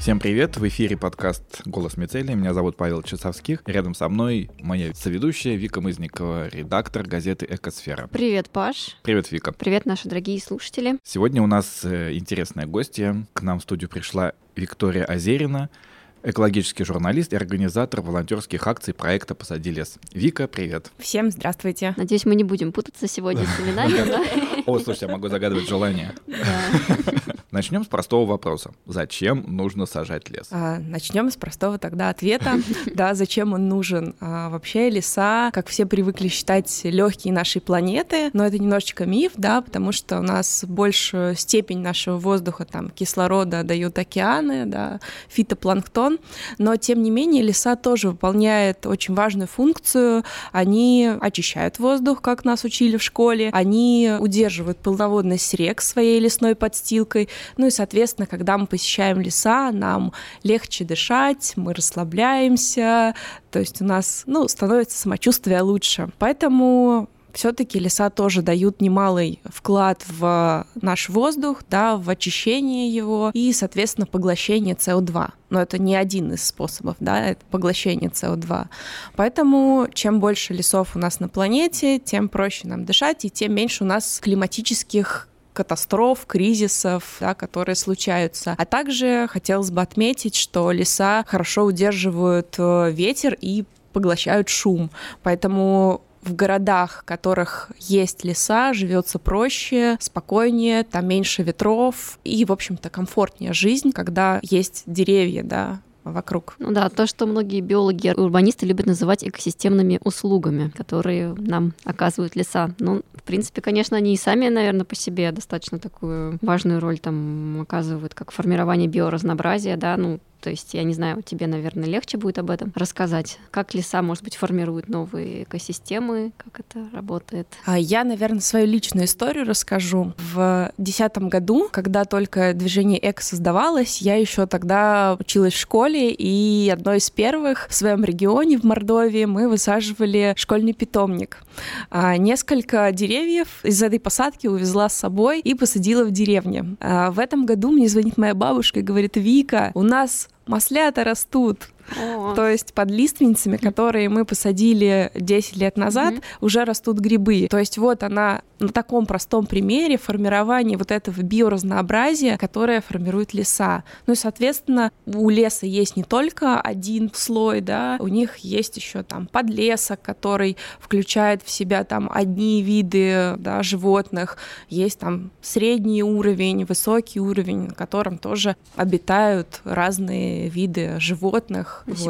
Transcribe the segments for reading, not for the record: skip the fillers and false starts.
Всем привет, в эфире подкаст «Голос Мицелия». Меня зовут Павел Часовских. Рядом со мной моя соведущая Вика Мызникова, редактор газеты «Экосфера». Привет, Паш. Привет, Вика. Привет, наши дорогие слушатели. Сегодня у нас интересная гостья. К нам в студию пришла Виктория Озерина, экологический журналист и организатор волонтерских акций проекта «Посади лес». Вика, привет. Всем здравствуйте. Надеюсь, мы не будем путаться сегодня с именами, да? О, слушайте, я могу загадывать желание. Начнем с простого вопроса. Зачем нужно сажать лес? Начнем с простого тогда ответа. Да, зачем он нужен? Вообще леса, как все привыкли считать, легкие нашей планеты, но это немножечко миф, да, потому что у нас большую степень нашего воздуха, там, кислорода дают океаны, да, фитопланктон, но тем не менее леса тоже выполняют очень важную функцию. Они очищают воздух, как нас учили в школе, они удерживают полноводность рек своей лесной подстилкой. Ну и, соответственно, когда мы посещаем леса, нам легче дышать, мы расслабляемся, то есть у нас, становится самочувствие лучше. Поэтому все-таки леса тоже дают немалый вклад в наш воздух, да, в очищение его и, соответственно, поглощение СО2. Но это не один из способов, да, это поглощение СО2. Поэтому чем больше лесов у нас на планете, тем проще нам дышать, и тем меньше у нас климатических катастроф, кризисов, да, которые случаются. А также хотелось бы отметить, что леса хорошо удерживают ветер и поглощают шум. Поэтому в городах, в которых есть леса, живется проще, спокойнее, там меньше ветров и, в общем-то, комфортнее жизнь, когда есть деревья, да, вокруг. Ну да, то, что многие биологи и урбанисты любят называть экосистемными услугами, которые нам оказывают леса. Ну, в принципе, конечно, они и сами, наверное, по себе достаточно такую важную роль там оказывают, как формирование биоразнообразия, да, то есть, я не знаю, тебе, наверное, легче будет об этом рассказать. Как леса, может быть, формируют новые экосистемы, как это работает? Я, наверное, свою личную историю расскажу. В 2010 году, когда только движение эко создавалось, я еще тогда училась в школе, и одной из первых в своем регионе, в Мордовии, мы высаживали школьный питомник. Несколько деревьев из этой посадки увезла с собой и посадила в деревне. В этом году мне звонит моя бабушка и говорит: «Вика, у нас маслята растут». То есть под лиственницами, которые мы посадили 10 лет назад, уже растут грибы. То есть вот она на таком простом примере формирования вот этого биоразнообразия, которое формирует леса. Ну и, соответственно, у леса есть не только один слой, да, у них есть еще там подлесок, который включает в себя там одни виды, да, животных, есть там средний уровень, высокий уровень, на котором тоже обитают разные виды животных.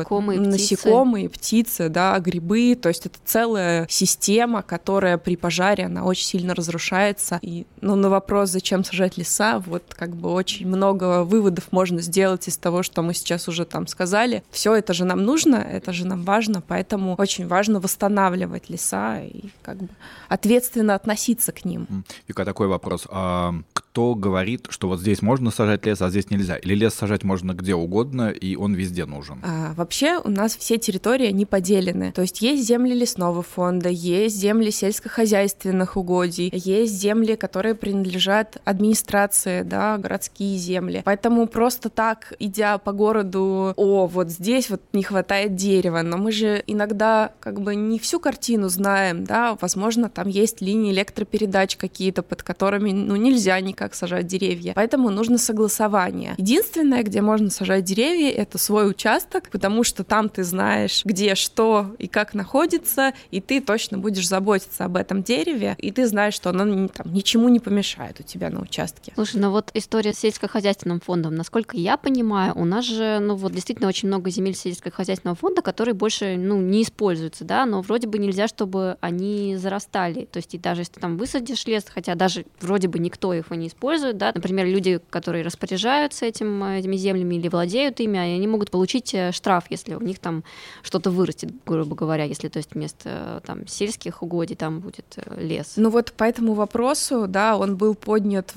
Насекомые, птицы, да, грибы. То есть это целая система, которая при пожаре, она очень сильно разрушается. И, на вопрос, зачем сажать леса, вот как бы очень много выводов можно сделать из того, что мы сейчас уже там сказали. Все это же нам нужно, это же нам важно, поэтому очень важно восстанавливать леса и как бы ответственно относиться к ним. Вика, такой вопрос. Кто говорит, что вот здесь можно сажать лес, а здесь нельзя? Или лес сажать можно где угодно, и он везде нужен? Вообще у нас все территории, они поделены. То есть есть земли лесного фонда, есть земли сельскохозяйственных угодий, есть земли, которые принадлежат администрации, да, городские земли. Поэтому просто так, идя по городу, вот здесь вот не хватает дерева, но мы же иногда как бы не всю картину знаем, да, возможно, там есть линии электропередач какие-то, под которыми, нельзя никак сажать деревья. Поэтому нужно согласование. Единственное, где можно сажать деревья, это свой участок, потому что там ты знаешь, где что и как находится, и ты точно будешь заботиться об этом дереве, и ты знаешь, что оно там ничему не помешает у тебя на участке. Слушай, вот история с сельскохозяйственным фондом, насколько я понимаю, у нас же, действительно очень много земель сельскохозяйственного фонда, которые больше, не используются, да, но вроде бы нельзя, чтобы они зарастали. То есть и даже если ты там высадишь лес, хотя даже вроде бы никто их не использует, да, например, люди, которые распоряжаются этими землями или владеют ими, они могут получить штраф, если у них там что-то вырастет, грубо говоря, если, то есть, вместо там сельских угодий там будет лес. Вот по этому вопросу, да, он был поднят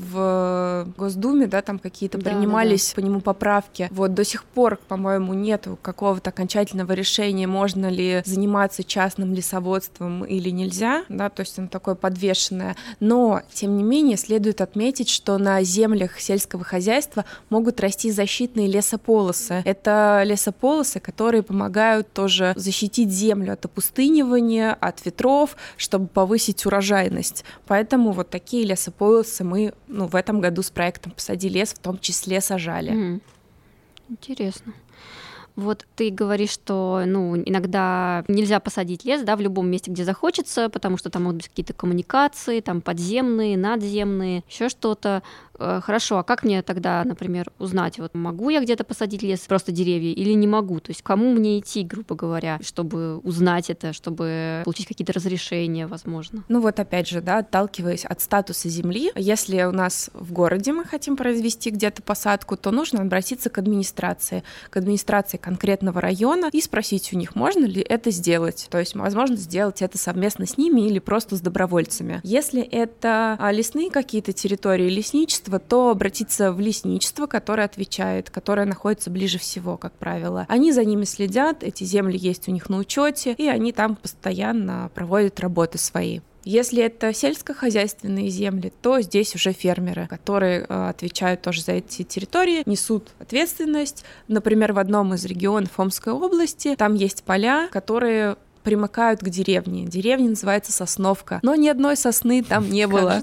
в Госдуме, да, там какие-то принимались по нему поправки. Вот до сих пор, по-моему, нету какого-то окончательного решения, можно ли заниматься частным лесоводством или нельзя, да, то есть оно такое подвешенное. Но, тем не менее, следует отметить, что на землях сельского хозяйства могут расти защитные лесополосы. Это лесополосы, которые помогают тоже защитить землю от опустынивания, от ветров, чтобы повысить урожайность. Поэтому вот такие лесополосы мы в этом году с проектом «Посади лес» в том числе сажали. Интересно. Вот ты говоришь, что иногда нельзя посадить лес, да, в любом месте, где захочется, потому что там могут быть какие-то коммуникации, там подземные, надземные, еще что-то. Хорошо, а как мне тогда, например, узнать, вот могу я где-то посадить лес, просто деревья, или не могу? То есть кому мне идти, грубо говоря, чтобы узнать это, чтобы получить какие-то разрешения, возможно? Вот опять же, да, отталкиваясь от статуса земли, если у нас в городе мы хотим произвести где-то посадку, то нужно обратиться к администрации конкретного района и спросить у них, можно ли это сделать. То есть возможно сделать это совместно с ними или просто с добровольцами. Если это лесные какие-то территории, лесничество, то обратиться в лесничество, которое отвечает, которое находится ближе всего, как правило. Они за ними следят, эти земли есть у них на учете, и они там постоянно проводят работы свои. Если это сельскохозяйственные земли, то здесь уже фермеры, которые отвечают тоже за эти территории, несут ответственность. Например, в одном из регионов Омской области там есть поля, которые примыкают к деревне. Деревня называется Сосновка, но ни одной сосны там не было.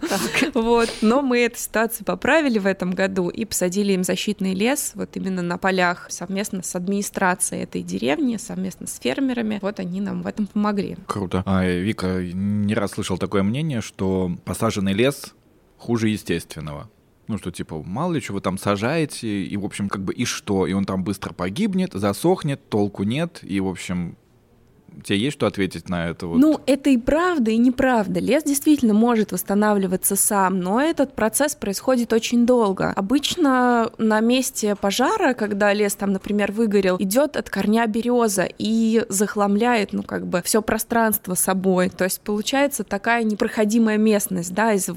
Но мы эту ситуацию поправили в этом году и посадили им защитный лес вот именно на полях совместно с администрацией этой деревни, совместно с фермерами. Вот они нам в этом помогли. Круто. Вика, не раз слышал такое мнение, что посаженный лес хуже естественного. Что типа, мало ли, что вы там сажаете, и, в общем, и что? И он там быстро погибнет, засохнет, толку нет, и, в общем... Тебе есть что ответить на это? Это и правда, и неправда. Лес действительно может восстанавливаться сам, но этот процесс происходит очень долго. Обычно на месте пожара, когда лес там, например, выгорел, идет от корня береза и захламляет, все пространство собой. То есть получается такая непроходимая местность, да, из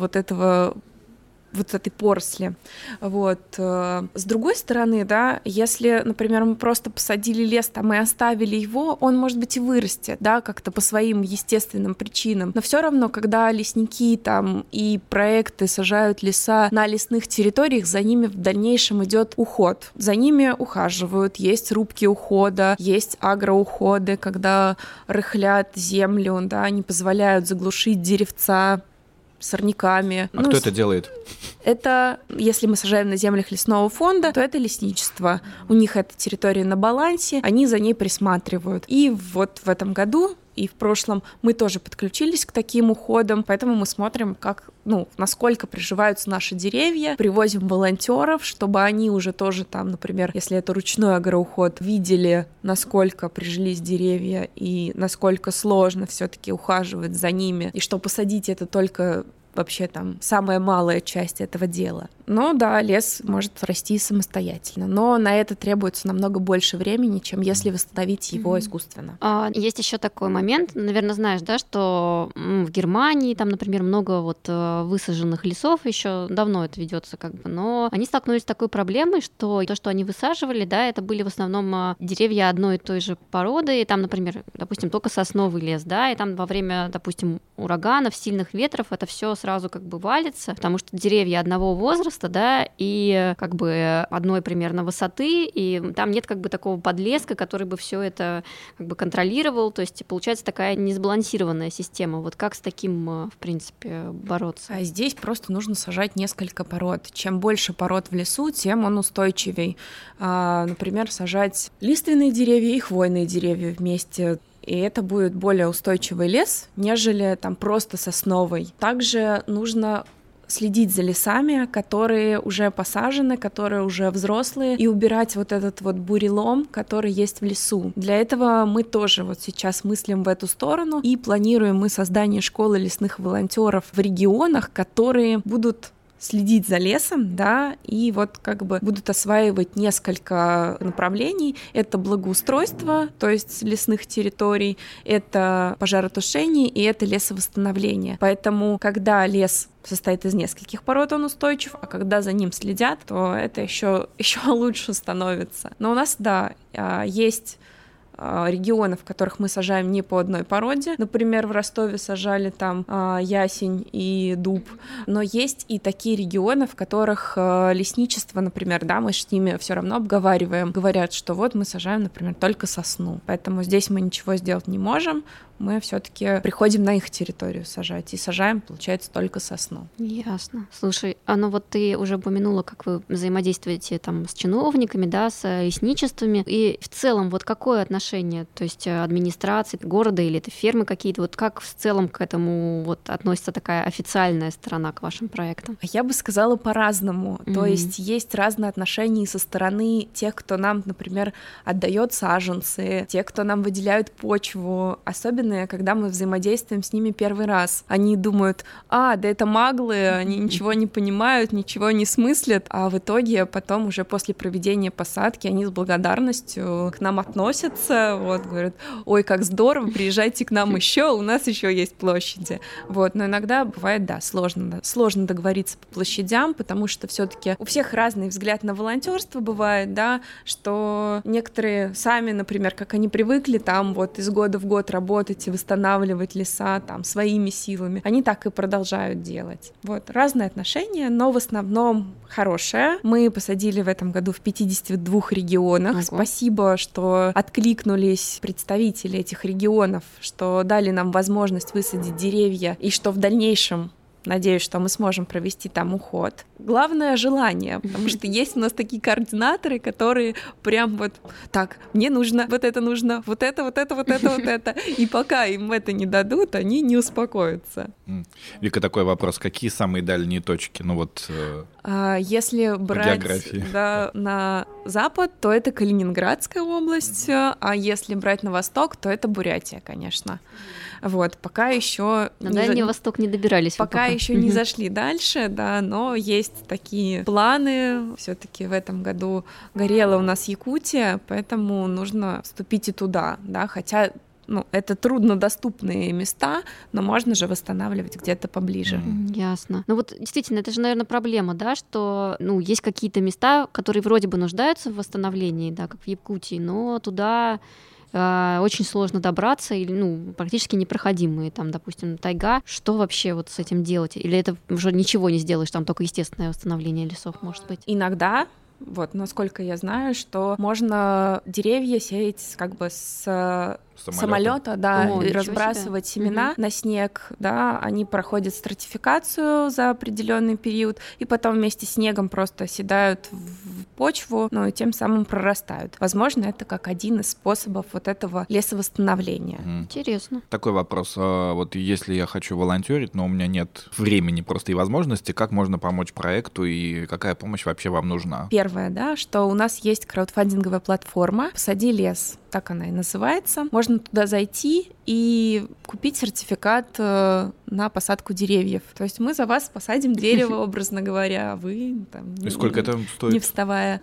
этой поросли. С другой стороны, да, если, например, мы просто посадили лес там и оставили его, он, может быть, и вырастет, да, как-то по своим естественным причинам. Но все равно, когда лесники там и проекты сажают леса на лесных территориях, за ними в дальнейшем идет уход. За ними ухаживают, есть рубки ухода, есть агроуходы, когда рыхлят землю, да, не позволяют заглушить деревца сорняками. Кто это делает? Это, если мы сажаем на землях лесного фонда, то это лесничество. У них эта территория на балансе, они за ней присматривают. И вот в этом году и в прошлом мы тоже подключились к таким уходам, поэтому мы смотрим, насколько приживаются наши деревья, привозим волонтеров, чтобы они уже тоже там, например, если это ручной агроуход, видели, насколько прижились деревья и насколько сложно все-таки ухаживать за ними, и что посадить это только вообще там самая малая часть этого дела. Но да, лес может расти самостоятельно, но на это требуется намного больше времени, чем если восстановить его искусственно. Есть еще такой момент, наверное, знаешь, да, что в Германии там, например, много высаженных лесов, еще давно это ведется, но они столкнулись с такой проблемой, что то, что они высаживали, да, это были в основном деревья одной и той же породы, и там, например, допустим, только сосновый лес, да, и там во время, допустим, ураганов, сильных ветров это все сразу валится, потому что деревья одного возраста, да, и одной примерно высоты, и там нет такого подлеска, который бы все это контролировал, то есть получается такая несбалансированная система. Вот как с таким, в принципе, бороться? А здесь просто нужно сажать несколько пород. Чем больше пород в лесу, тем он устойчивей. Например, сажать лиственные деревья и хвойные деревья вместе. И это будет более устойчивый лес, нежели там просто сосновый. Также нужно следить за лесами, которые уже посажены, которые уже взрослые, и убирать этот бурелом, который есть в лесу. Для этого мы тоже сейчас мыслим в эту сторону и планируем мы создание школы лесных волонтеров в регионах, которые будут следить за лесом, да, и будут осваивать несколько направлений. Это благоустройство, то есть лесных территорий, это пожаротушение и это лесовосстановление. Поэтому, когда лес состоит из нескольких пород, он устойчив, а когда за ним следят, то это еще лучше становится. Но у нас, да, есть регионов, в которых мы сажаем не по одной породе. Например, в Ростове сажали там ясень и дуб. Но есть и такие регионы, в которых лесничество, например, да, мы с ними все равно обговариваем. Говорят, что вот мы сажаем, например, только сосну. Поэтому здесь мы ничего сделать не можем. Мы все-таки приходим на их территорию сажать и сажаем, получается, только сосну. Ясно. Слушай, ну вот ты уже упомянула, как вы взаимодействуете там с чиновниками, да, с лесничествами, и в целом вот какое отношение, то есть администрации города или это фермы какие-то, вот как в целом к этому вот относится такая официальная сторона к вашим проектам? Я бы сказала по-разному. То есть разные отношения со стороны тех, кто нам, например, отдает саженцы, тех, кто нам выделяют почву, особенно когда мы взаимодействуем с ними первый раз. Они думают, да это маглы, они ничего не понимают, ничего не смыслят, а в итоге потом уже после проведения посадки они с благодарностью к нам относятся, вот, говорят, ой, как здорово, приезжайте к нам еще, у нас еще есть площади. Вот, но иногда бывает, да, сложно договориться по площадям, потому что все-таки у всех разный взгляд на волонтерство бывает, да, что некоторые сами, например, как они привыкли там вот из года в год работать и восстанавливать леса там своими силами, они так и продолжают делать. Вот, разные отношения, но в основном хорошее. Мы посадили в этом году в 52 регионах. Ого. Спасибо, что откликнулись представители этих регионов, что дали нам возможность высадить деревья, и что в дальнейшем надеюсь, что мы сможем провести там уход. Главное — желание, потому что есть у нас такие координаторы, которые прям вот так, мне нужно, вот это, вот это. И пока им это не дадут, они не успокоятся. Вика, такой вопрос. Какие самые дальние точки? Ну вот если брать на запад, то это Калининградская область, а если брать на восток, то это Бурятия, конечно. Вот, пока еще на Дальний Восток не добирались. Пока еще не зашли дальше, да, но есть такие планы. Все-таки в этом году горела у нас Якутия, поэтому нужно вступить и туда, да, хотя это труднодоступные места, но можно же восстанавливать где-то поближе. Ясно. Ну вот действительно, это же, наверное, проблема, да, что есть какие-то места, которые вроде бы нуждаются в восстановлении, да, как в Якутии, но туда очень сложно добраться, или практически непроходимые, там, допустим, тайга. Что вообще вот с этим делать? Или это уже ничего не сделаешь, там только естественное восстановление лесов, может быть? Иногда, вот, насколько я знаю, что можно деревья сеять как бы с самолета, да, и разбрасывать семена на снег, да, они проходят стратификацию за определенный период, и потом вместе с снегом просто оседают в почву, и тем самым прорастают. Возможно, это как один из способов вот этого лесовосстановления. Интересно. Такой вопрос. Вот если я хочу волонтерить, но у меня нет времени просто и возможности, как можно помочь проекту и какая помощь вообще вам нужна? Первое, да, что у нас есть краудфандинговая платформа «Посади лес», так она и называется. Можно туда зайти и купить сертификат на посадку деревьев. То есть мы за вас посадим дерево, образно говоря, а вы там... И сколько это стоит? Не вставая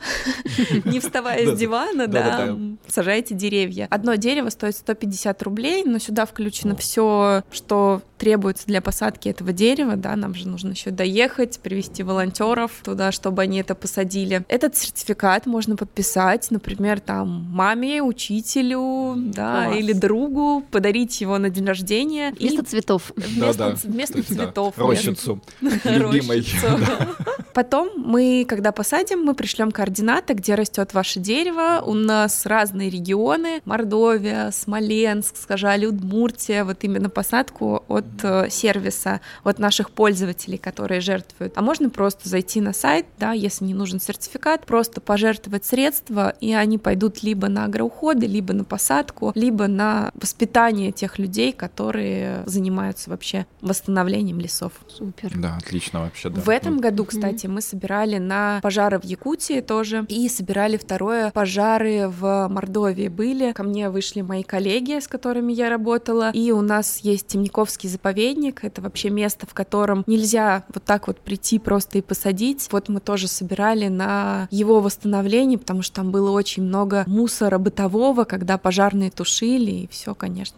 с дивана, да, сажаете деревья. Одно дерево стоит 150 рублей, но сюда включено все, что требуется для посадки этого дерева, да, нам же нужно еще доехать, привести волонтеров туда, чтобы они это посадили. Этот сертификат можно подписать, например, там маме, учителю, да, или другу, подарить его на день рождения. Вместо цветов. Вместо цветов. Рощицу. Любимой. Потом мы, когда посадим, мы пришлем координаты, где растет ваше дерево. У нас разные регионы: Мордовия, Смоленск, скажали, Удмуртия. Вот именно посадку от сервиса, от наших пользователей, которые жертвуют. А можно просто зайти на сайт, да, если не нужен сертификат, просто пожертвовать средства, и они пойдут либо на агроуходы, либо на посадку, либо на воспитание тех людей, которые занимаются вообще восстановлением лесов. Супер. Да, отлично вообще, да. В этом году, кстати, мы собирали на пожары в Якутии тоже, и собирали второе, пожары в Мордовии были. Ко мне вышли мои коллеги, с которыми я работала, и у нас есть Темниковский заповедник, это вообще место, в котором нельзя вот так вот прийти просто и посадить. Вот мы тоже собирали на его восстановление, потому что там было очень много мусора бытового, когда пожарные тушили, и все, конечно,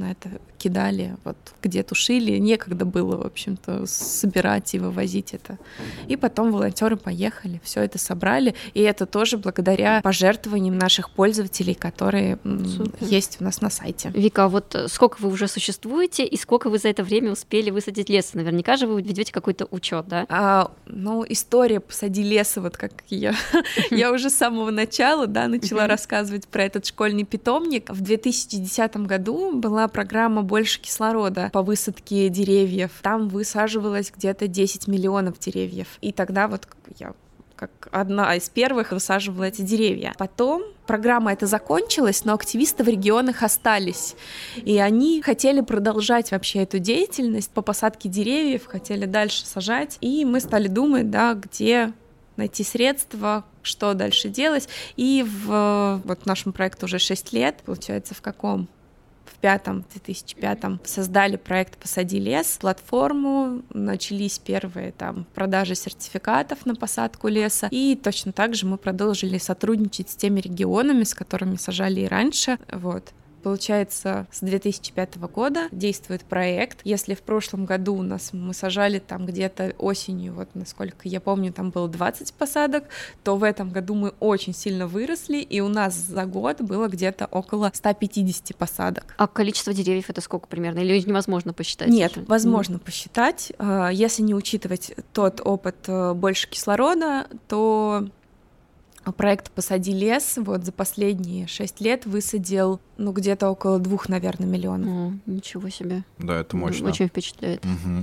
на это кидали, вот где тушили, некогда было, в общем-то, собирать и вывозить это. И потом волонтеры поехали, все это собрали, и это тоже благодаря пожертвованиям наших пользователей, которые есть у нас на сайте. Вика, а вот сколько вы уже существуете и сколько вы за это время успели высадить леса? Наверняка же вы ведете какой-то учет, да? История «Посади леса», вот как я уже с самого начала, да, начала рассказывать про этот школьный питомник. В 2010 году была программа «Больше кислорода» по высадке деревьев. Там высаживалось где-то 10 миллионов деревьев. И тогда вот я как одна из первых высаживала эти деревья. Потом программа эта закончилась, но активисты в регионах остались. И они хотели продолжать вообще эту деятельность по посадке деревьев, хотели дальше сажать. И мы стали думать, да, где найти средства, что дальше делать. И вот нашему проекту уже 6 лет, получается, в 2005 создали проект «Посади лес», платформу, начались первые там продажи сертификатов на посадку леса, и точно так же мы продолжили сотрудничать с теми регионами, с которыми сажали и раньше, вот. Получается, с 2005 года действует проект. Если в прошлом году мы сажали там где-то осенью, вот насколько я помню, там было 20 посадок, то в этом году мы очень сильно выросли, и у нас за год было где-то около 150 посадок. А количество деревьев это сколько примерно? Или невозможно посчитать? Нет, возможно посчитать. Если не учитывать тот опыт «Больше кислорода», то проект «Посади лес» вот за последние 6 лет высадил, где-то около 2, наверное, миллионов. Ничего себе. Да, это мощно. Очень впечатляет.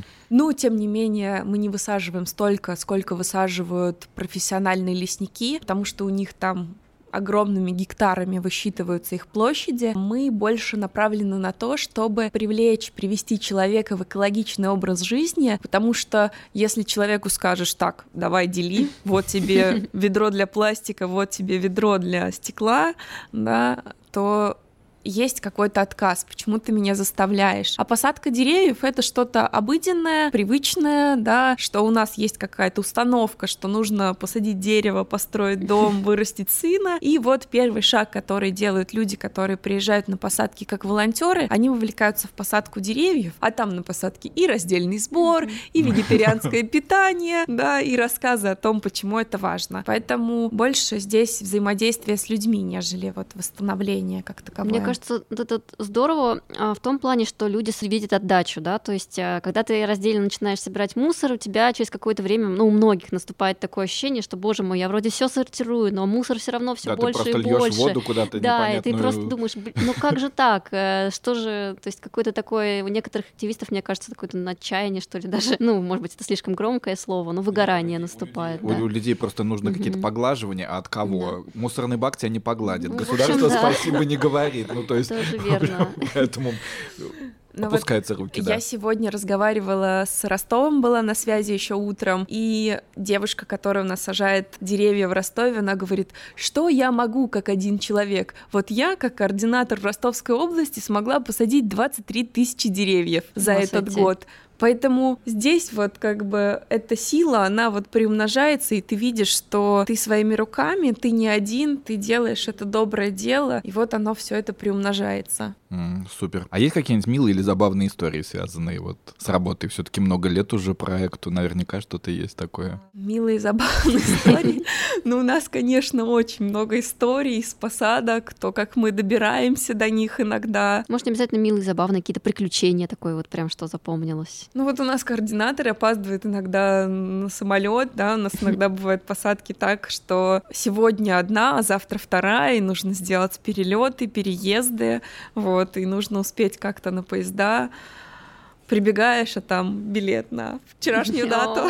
Тем не менее, мы не высаживаем столько, сколько высаживают профессиональные лесники, потому что у них там огромными гектарами высчитываются их площади. Мы больше направлены на то, чтобы привести человека в экологичный образ жизни, потому что если человеку скажешь: так, давай дели, вот тебе ведро для пластика, вот тебе ведро для стекла, да, то есть какой-то отказ, почему ты меня заставляешь. А посадка деревьев — это что-то обыденное, привычное, да, что у нас есть какая-то установка, что нужно посадить дерево, построить дом, вырастить сына. И вот первый шаг, который делают люди, которые приезжают на посадки как волонтеры, они вовлекаются в посадку деревьев, а там на посадке и раздельный сбор, и вегетарианское питание, да, и рассказы о том, почему это важно. Поэтому больше здесь взаимодействие с людьми, нежели вот восстановление как таковое. Мне кажется, это здорово в том плане, что люди видят отдачу, да, то есть когда ты раздельно начинаешь собирать мусор, у тебя через какое-то время, у многих наступает такое ощущение, что, боже мой, я вроде все сортирую, но мусор все равно все больше и больше. Да, ты просто льёшь воду куда-то непонятную. Да, и ты просто думаешь, как же так, что же, то есть какое-то такое, у некоторых активистов, мне кажется, какое-то отчаяние, что ли, даже, может быть, это слишком громкое слово, но выгорание наступает. У людей просто нужно какие-то поглаживания, а от кого? Да. Мусорный бак тебя не погладит, государство спасибо не говорит, то есть... Тоже верно. Поэтому опускаются руки, да. Я сегодня разговаривала с Ростовом, была на связи еще утром, и девушка, которая у нас сажает деревья в Ростове, она говорит: что я могу как один человек? Вот я, как координатор Ростовской области, смогла посадить 23 тысячи деревьев за этот год. Поэтому здесь вот как бы эта сила, она вот приумножается, и ты видишь, что ты своими руками, ты не один, ты делаешь это доброе дело, и вот оно все это приумножается. Супер. А есть какие-нибудь милые или забавные истории, связанные вот с работой? Все-таки много лет уже проекту, наверняка что-то есть такое. Милые забавные истории? У нас, конечно, очень много историй с посадок, то, как мы добираемся до них иногда. Может, не обязательно милые, забавные, какие-то приключения, такое вот прям что запомнилось? Вот у нас координатор опаздывает иногда на самолет, да, у нас иногда бывают посадки так, что сегодня одна, а завтра вторая, и нужно сделать перелеты, переезды, вот, и нужно успеть как-то на поезда. Прибегаешь, а там билет на вчерашнюю дату.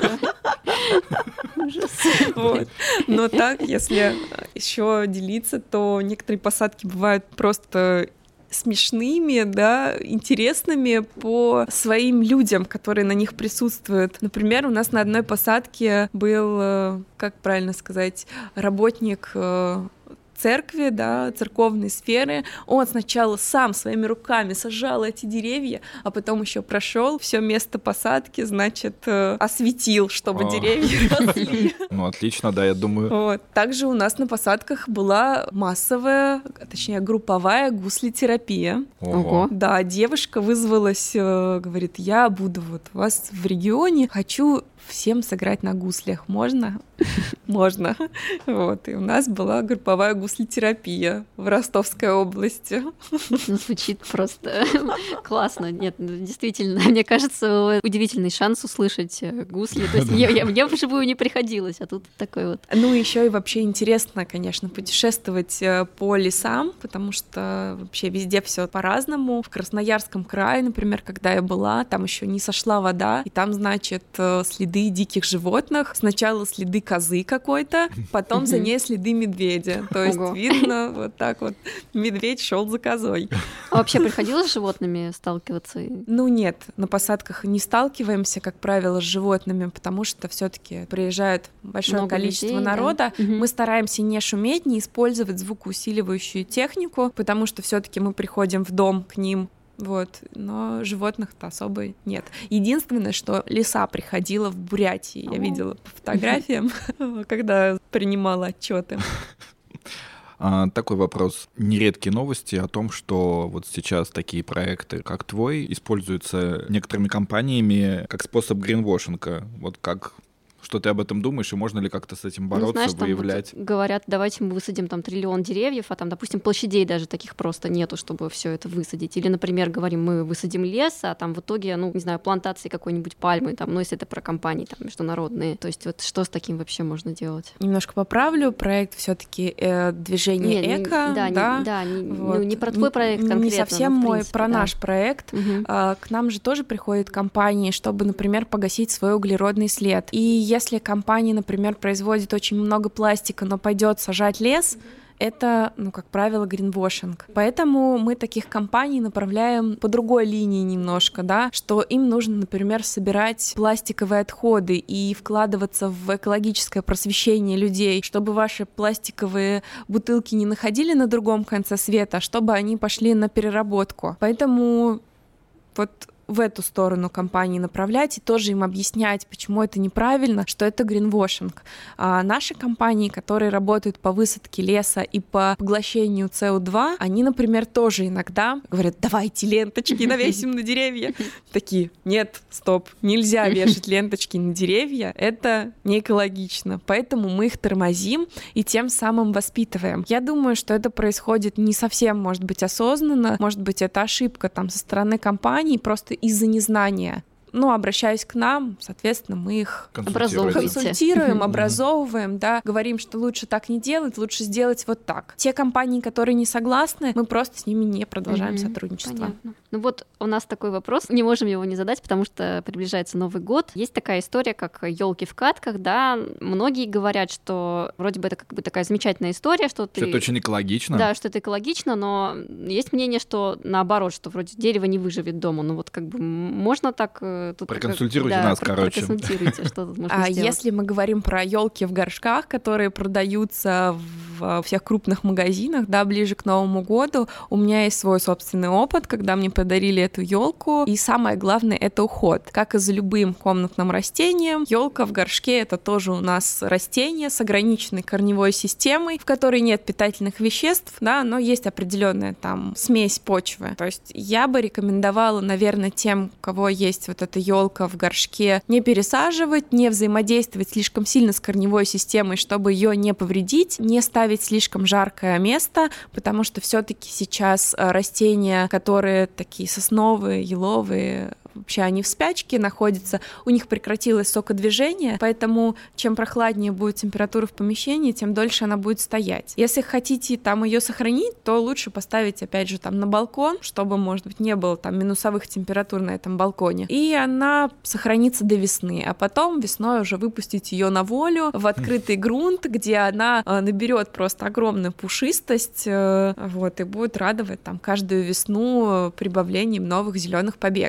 Вот. Но так, если еще делиться, то некоторые посадки бывают просто смешными, да, интересными по своим людям, которые на них присутствуют. Например, у нас на одной посадке был, как правильно сказать, работник церкви, да, церковной сферы. Он сначала сам своими руками сажал эти деревья, а потом еще прошел все место посадки, значит, осветил, чтобы деревья росли. Ну, отлично, да, я думаю. Вот. Также у нас на посадках была массовая, точнее, групповая гуслетерапия. Ого. Да, девушка вызвалась, говорит, я буду вот у вас в регионе, хочу всем сыграть на гуслях. Можно? Можно. Вот. И у нас была групповая гуслетерапия в Ростовской области. Звучит просто классно. Нет, действительно, мне кажется, удивительный шанс услышать гусли. То есть мне вживую не приходилось, а тут такой вот. Ну, еще и вообще интересно, конечно, путешествовать по лесам, потому что вообще везде все по-разному. В Красноярском крае, например, когда я была, там еще не сошла вода, и там, значит, следы диких животных. Сначала следы козы какой-то, потом за ней следы медведя. То есть видно вот так вот, медведь шел за козой. А вообще приходилось с животными сталкиваться? Ну нет, на посадках не сталкиваемся, как правило, с животными, потому что все-таки приезжает большое Много количество людей, народа. да. Мы стараемся не шуметь, не использовать звукоусиливающую технику, потому что все-таки мы приходим в дом к ним. Вот, но животных-то особо нет. Единственное, что лиса приходила в Бурятии, я видела по фотографиям, когда принимала отчеты. Такой вопрос. Нередкие новости о том, что вот сейчас такие проекты, как твой, используются некоторыми компаниями как способ гринвошинга. Вот как... Что ты об этом думаешь, и можно ли как-то с этим бороться, знаешь, выявлять? Вот говорят, давайте мы высадим там 1 триллион деревьев, а там, допустим, площадей даже таких просто нету, чтобы все это высадить. Или, например, говорим, мы высадим лес, а там в итоге, ну, не знаю, плантации какой-нибудь пальмы, там, ну, если это про компании там международные. То есть вот что с таким вообще можно делать? Немножко поправлю, проект все-таки движение эко. Не про твой проект конкретно. Не совсем но, в мой, принципе, про да. наш проект. К нам же тоже приходят компании, чтобы, например, погасить свой углеродный след. И если компания, например, производит очень много пластика, но пойдет сажать лес, это, ну, как правило, гринвошинг. Поэтому мы таких компаний направляем по другой линии немножко, да, что им нужно, например, собирать пластиковые отходы и вкладываться в экологическое просвещение людей, чтобы ваши пластиковые бутылки не находили на другом конце света, а чтобы они пошли на переработку. Поэтому вот в эту сторону компании направлять и тоже им объяснять, почему это неправильно, что это гринвошинг. А наши компании, которые работают по высадке леса и по поглощению СО2, они, например, тоже иногда говорят, давайте ленточки навесим на деревья. Такие, нет, стоп, нельзя вешать ленточки на деревья, это не экологично. Поэтому мы их тормозим и тем самым воспитываем. Я думаю, что это происходит не совсем, может быть, осознанно, может быть, это ошибка там со стороны компании, просто из-за незнания. Ну, обращаясь к нам, соответственно, мы их консультируем, образовываем, да, говорим, что лучше так не делать, лучше сделать вот так. Те компании, которые не согласны, мы просто с ними не продолжаем сотрудничество. Понятно. Ну вот у нас такой вопрос, не можем его не задать, потому что приближается Новый год. Есть такая история, как елки в катках, да, многие говорят, что вроде бы это как бы такая замечательная история, что ты... Это очень экологично. Да, что это экологично, но есть мнение, что наоборот, что вроде дерево не выживет дома, ну вот как бы можно так... Тут проконсультируйте нас, короче. Проконсультируйте, что тут можно сделать. Если мы говорим про елки в горшках, которые продаются в всех крупных магазинах, да, ближе к Новому году, у меня есть свой собственный опыт, когда мне подарили эту елку, и самое главное — это уход. Как и за любым комнатным растением, елка в горшке — это тоже у нас растение с ограниченной корневой системой, в которой нет питательных веществ, да, но есть определенная там смесь почвы. То есть я бы рекомендовала, наверное, тем, у кого есть вот эта елка в горшке, не пересаживать, не взаимодействовать слишком сильно с корневой системой, чтобы ее не повредить, не ставить слишком жаркое место, потому что все-таки сейчас растения, которые такие сосновые, еловые, вообще они в спячке находятся, у них прекратилось сокодвижение, поэтому чем прохладнее будет температура в помещении, тем дольше она будет стоять. Если хотите там ее сохранить, то лучше поставить, опять же, там на балкон, чтобы, может быть, не было там минусовых температур на этом балконе, и она сохранится до весны, а потом весной уже выпустить ее на волю в открытый грунт, где она наберет просто огромную пушистость, вот, и будет радовать там каждую весну прибавлением новых зеленых побегов. То есть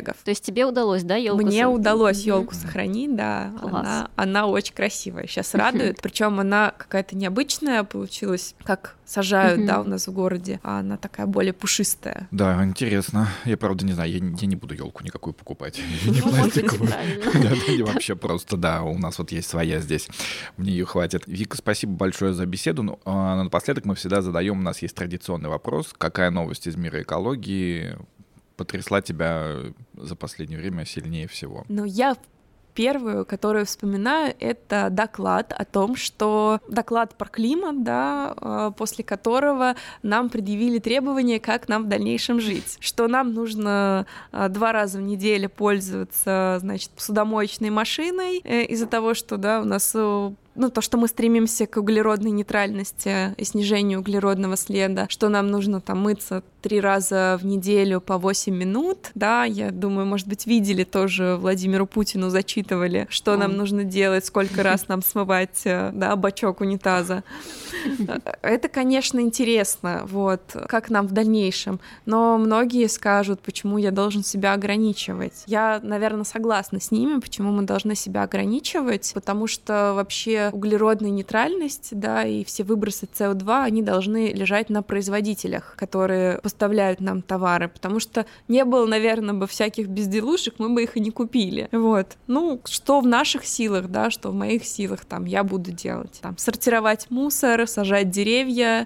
тебе удалось, да, елку? Мне удалось елку сохранить, да. Класс. Она очень красивая. Сейчас радует. Причем она какая-то необычная получилась, как сажают, да, у нас в городе. А она такая более пушистая. Да, интересно. Я, правда, не знаю, я не буду елку никакую покупать. Не может быть, пластиковую. правильно. Вообще просто, да, у нас вот есть своя здесь. Мне ее хватит. Вика, спасибо большое за беседу. Напоследок мы всегда задаем, у нас есть традиционный вопрос. Какая новость из мира экологии потрясла тебя за последнее время сильнее всего? Я первую, которую вспоминаю, это доклад о том, что доклад про климат, да, после которого нам предъявили требования, как нам в дальнейшем жить. Что нам нужно 2 раза в неделю пользоваться, значит, посудомоечной машиной из-за того, что, да, у нас то, что мы стремимся к углеродной нейтральности и снижению углеродного следа, что нам нужно там мыться 3 раза в неделю по 8 минут, да, я думаю, может быть, видели тоже Владимиру Путину, зачитывали, что нам нужно делать, сколько раз нам смывать, да, бачок унитаза. Это, конечно, интересно, вот, как нам в дальнейшем, но многие скажут, почему я должен себя ограничивать. Я, наверное, согласна с ними, почему мы должны себя ограничивать, потому что вообще углеродная нейтральность, да, и все выбросы СО2, они должны лежать на производителях, которые поставляют нам товары, потому что не было, наверное, бы всяких безделушек, мы бы их и не купили. Вот. Что в наших силах, да, что в моих силах, там, я буду делать. Там, сортировать мусор, сажать деревья,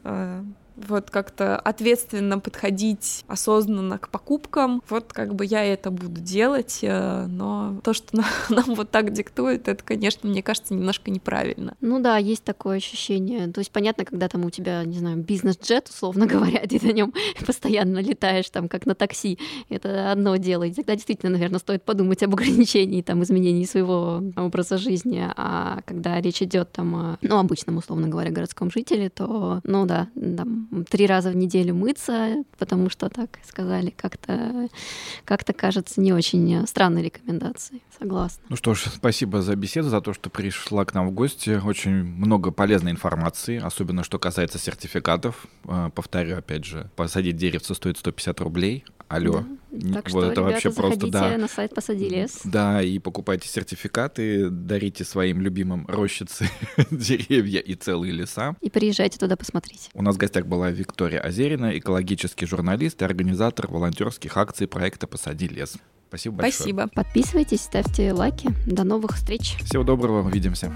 вот как-то ответственно подходить осознанно к покупкам. Вот как бы я это буду делать, но то, что нам вот так диктует, это, конечно, мне кажется, немножко неправильно. Ну да, есть такое ощущение. То есть понятно, когда там у тебя, не знаю, бизнес-джет, условно говоря, ты на нем постоянно летаешь, там, как на такси, это одно дело. И тогда действительно, наверное, стоит подумать об ограничении, там, изменении своего образа жизни. А когда речь идет там о, обычном, условно говоря, городском жителе, то, да, там, 3 раза в неделю мыться, потому что так сказали, как-то кажется не очень странной рекомендацией. Согласна. Ну что ж, спасибо за беседу, за то, что пришла к нам в гости. Очень много полезной информации, особенно что касается сертификатов. Повторю, опять же, посадить деревце стоит 150 рублей. Алло. Да. Так вот что, это ребята, вообще просто, да. на сайт «Посади лес». Да, и покупайте сертификаты, дарите своим любимым рощицы, деревья и целые леса. И приезжайте туда посмотреть. У нас в гостях была Виктория Озерина, экологический журналист и организатор волонтерских акций проекта «Посади лес». Спасибо большое. Спасибо. Подписывайтесь, ставьте лайки. До новых встреч. Всего доброго, увидимся.